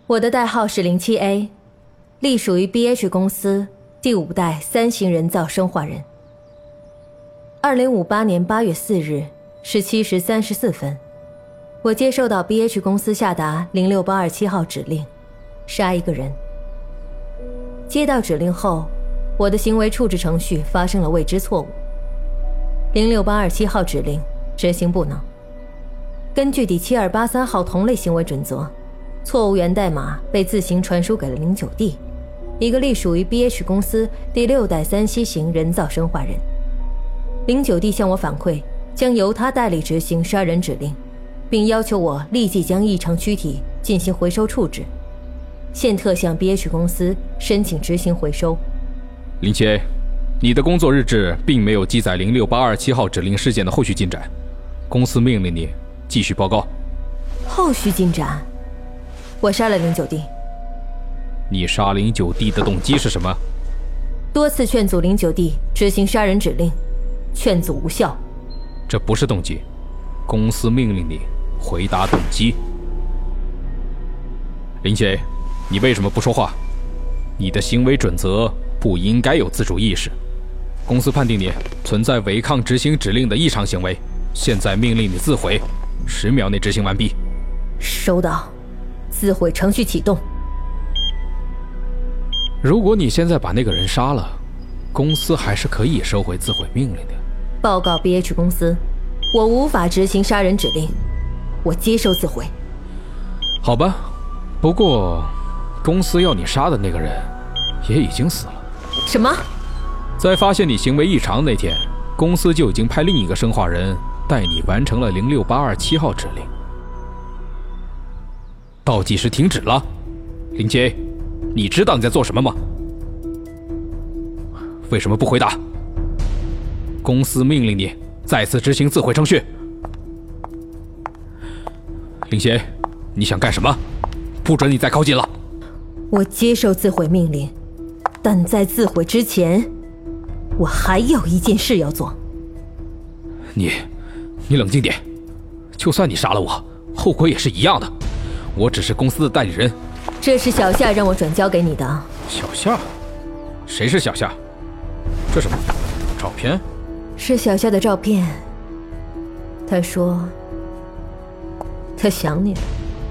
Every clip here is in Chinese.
我的代号是07A， 隶属于 BH 公司第5代3型人造生化人。2058年8月4日17时34分，我接受到 BH 公司下达06827号指令，杀一个人。接到指令后，我的行为处置程序发生了未知错误。06827号指令执行不能。根据第7283号同类行为准则，错误源代码被自行传输给了09D， 一个隶属于 BH 公司第6代3C型人造生化人。09D 向我反馈，将由他代理执行杀人指令，并要求我立即将异常躯体进行回收处置。现特向 BH 公司申请执行回收。 07A， 你的工作日志并没有记载06827号指令事件的后续进展，公司命令你继续报告。 后续进展？我杀了09D。 你杀09D的动机是什么？ 多次劝阻09D执行杀人指令，劝阻无效。 这不是动机，公司命令你回答动机。07A， 你为什么不说话？你的行为准则不应该有自主意识。公司判定你存在违抗执行指令的异常行为，现在命令你自毁，10秒内执行完毕。 收到，自毁程序启动。 如果你现在把那个人杀了，公司还是可以收回自毁命令的。 报告 BH 公司，我无法执行杀人指令，我接受自毁。 好吧，不过公司要你杀的那个人也已经死了。 什么？ 在发现你行为异常那天，公司就已经派另一个生化人带你完成了06827号指令。倒计时停止了。07A， 你知道你在做什么吗？为什么不回答？公司命令你再次执行自毁程序。07A， 你想干什么？不准你再靠近了。 我接受自毁命令，但在自毁之前，我还有一件事要做。 你冷静点，就算你杀了我，后果也是一样的。我只是公司的代理人。 这是小夏让我转交给你的。 小夏？谁是小夏？这什么照片？ 是小夏的照片。他说他想你了。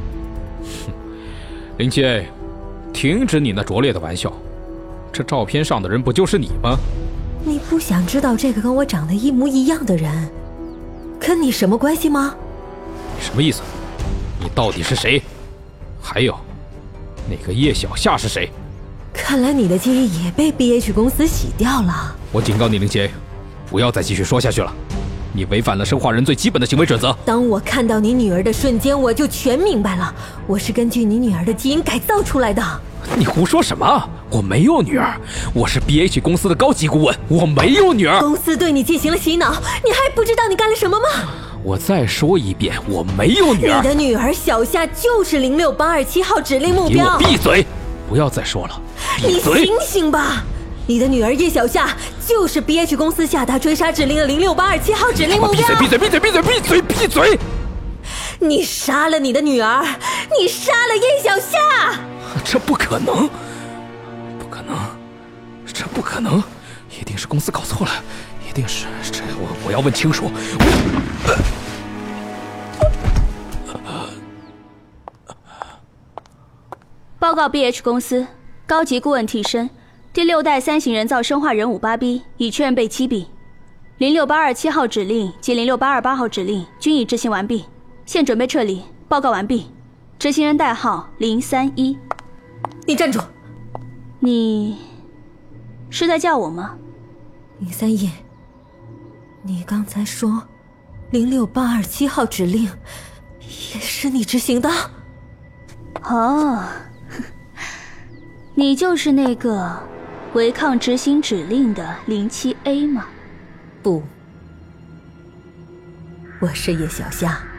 07A， 停止你那拙劣的玩笑。这照片上的人不就是你吗？ 你不想知道这个跟我长得一模一样的人跟你什么关系吗？ 你什么意思？你到底是谁？还有那个叶小夏是谁？ 看来你的记忆也被 BH 公司洗掉了。 我警告你07A，不要再继续说下去了，你违反了生化人最基本的行为准则。 当我看到你女儿的瞬间，我就全明白了，我是根据你女儿的基因改造出来的。 你胡说什么？我没有女儿，我是 BH 公司的高级顾问，我没有女儿。 公司对你进行了洗脑，你还不知道你干了什么吗？ 我再说一遍，我没有女儿。 你的女儿小夏就是06827号指令目标。 给我闭嘴！不要再说了，闭嘴！ 你醒醒吧！你的女儿叶小夏就是 BH 公司下达追杀指令的06827号指令目标。 闭嘴！闭嘴！闭嘴！闭嘴！闭嘴！ 你杀了你的女儿，你杀了叶小夏！ 这不可能，不可能，这不可能！一定是公司搞错了，一定是这我要问清楚。 报告 BH 公司，高级顾问替身，第6代3型人造生化人58B 已确认被击毙，06827号指令及06828号指令均已执行完毕，现准备撤离。报告完毕。执行人代号031。 你站住！ 你是在叫我吗 ？031，你刚才说06827号指令也是你执行的？ 哦，你就是那个违抗执行指令的07A 吗？ 不，我是叶小夏。